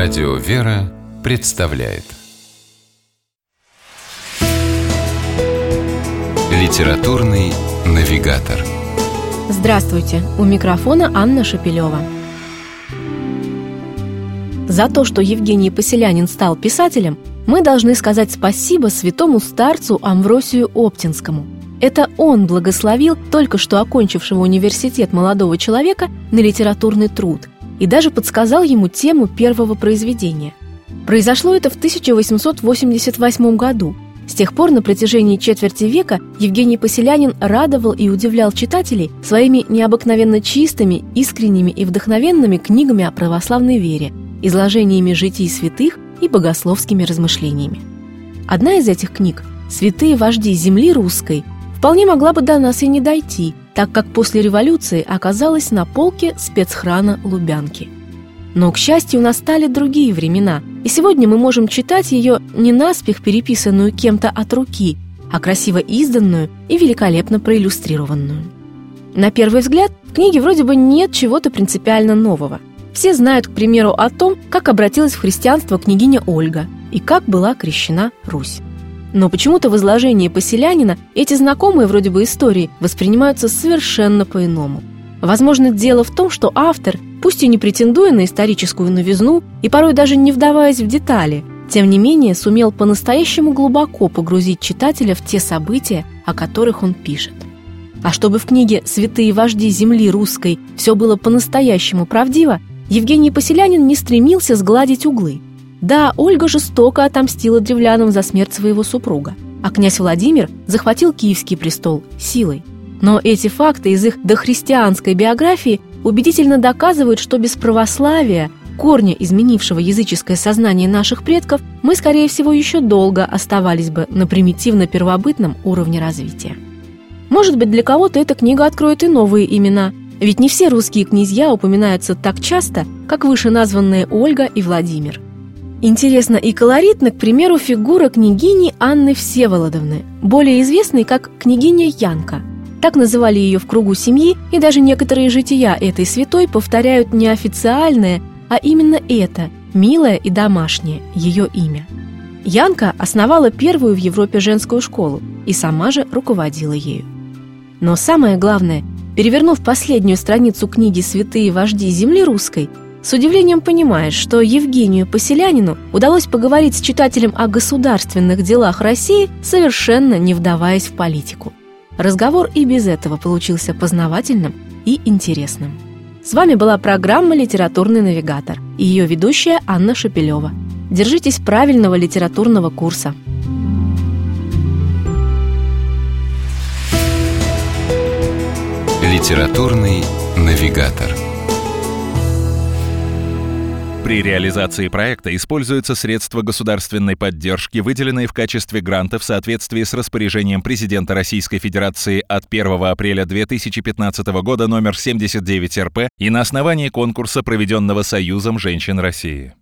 Радио «Вера» представляет Литературный навигатор. Здравствуйте! У микрофона Анна Шапилева. За то, что Евгений Поселянин стал писателем, мы должны сказать спасибо святому старцу Амвросию Оптинскому. Это он благословил только что окончившего университет молодого человека на литературный труд и даже подсказал ему тему первого произведения. Произошло это в 1888 году. С тех пор на протяжении четверти века Евгений Поселянин радовал и удивлял читателей своими необыкновенно чистыми, искренними и вдохновенными книгами о православной вере, изложениями житий святых и богословскими размышлениями. Одна из этих книг «Святые вожди земли русской» вполне могла бы до нас и не дойти, так как после революции оказалась на полке спецхрана Лубянки. Но, к счастью, настали другие времена, и сегодня мы можем читать ее не наспех переписанную кем-то от руки, а красиво изданную и великолепно проиллюстрированную. На первый взгляд, в книге вроде бы нет чего-то принципиально нового. Все знают, к примеру, о том, как обратилась в христианство княгиня Ольга и как была крещена Русь. Но почему-то в изложении Поселянина эти знакомые вроде бы истории воспринимаются совершенно по-иному. Возможно, дело в том, что автор, пусть и не претендуя на историческую новизну и порой даже не вдаваясь в детали, тем не менее сумел по-настоящему глубоко погрузить читателя в те события, о которых он пишет. А чтобы в книге «Святые вожди земли русской» все было по-настоящему правдиво, Евгений Поселянин не стремился сгладить углы. Да, Ольга жестоко отомстила древлянам за смерть своего супруга, а князь Владимир захватил Киевский престол силой. Но эти факты из их дохристианской биографии убедительно доказывают, что без православия, корня, изменившего языческое сознание наших предков, мы, скорее всего, еще долго оставались бы на примитивно-первобытном уровне развития. Может быть, для кого-то эта книга откроет и новые имена, ведь не все русские князья упоминаются так часто, как вышеназванные Ольга и Владимир. Интересна и колоритна, к примеру, фигура княгини Анны Всеволодовны, более известной как княгиня Янка. Так называли ее в кругу семьи, и даже некоторые жития этой святой повторяют не официальное, а именно это, милое и домашнее, ее имя. Янка основала первую в Европе женскую школу и сама же руководила ею. Но самое главное, перевернув последнюю страницу книги «Святые вожди земли русской», с удивлением понимаешь, что Евгению Поселянину удалось поговорить с читателем о государственных делах России, совершенно не вдаваясь в политику. Разговор и без этого получился познавательным и интересным. С вами была программа «Литературный навигатор» и ее ведущая Анна Шапилева. Держитесь правильного литературного курса. Литературный навигатор. При реализации проекта используются средства государственной поддержки, выделенные в качестве гранта в соответствии с распоряжением президента Российской Федерации от 1 апреля 2015 года номер 79 РП и на основании конкурса, проведенного Союзом женщин России.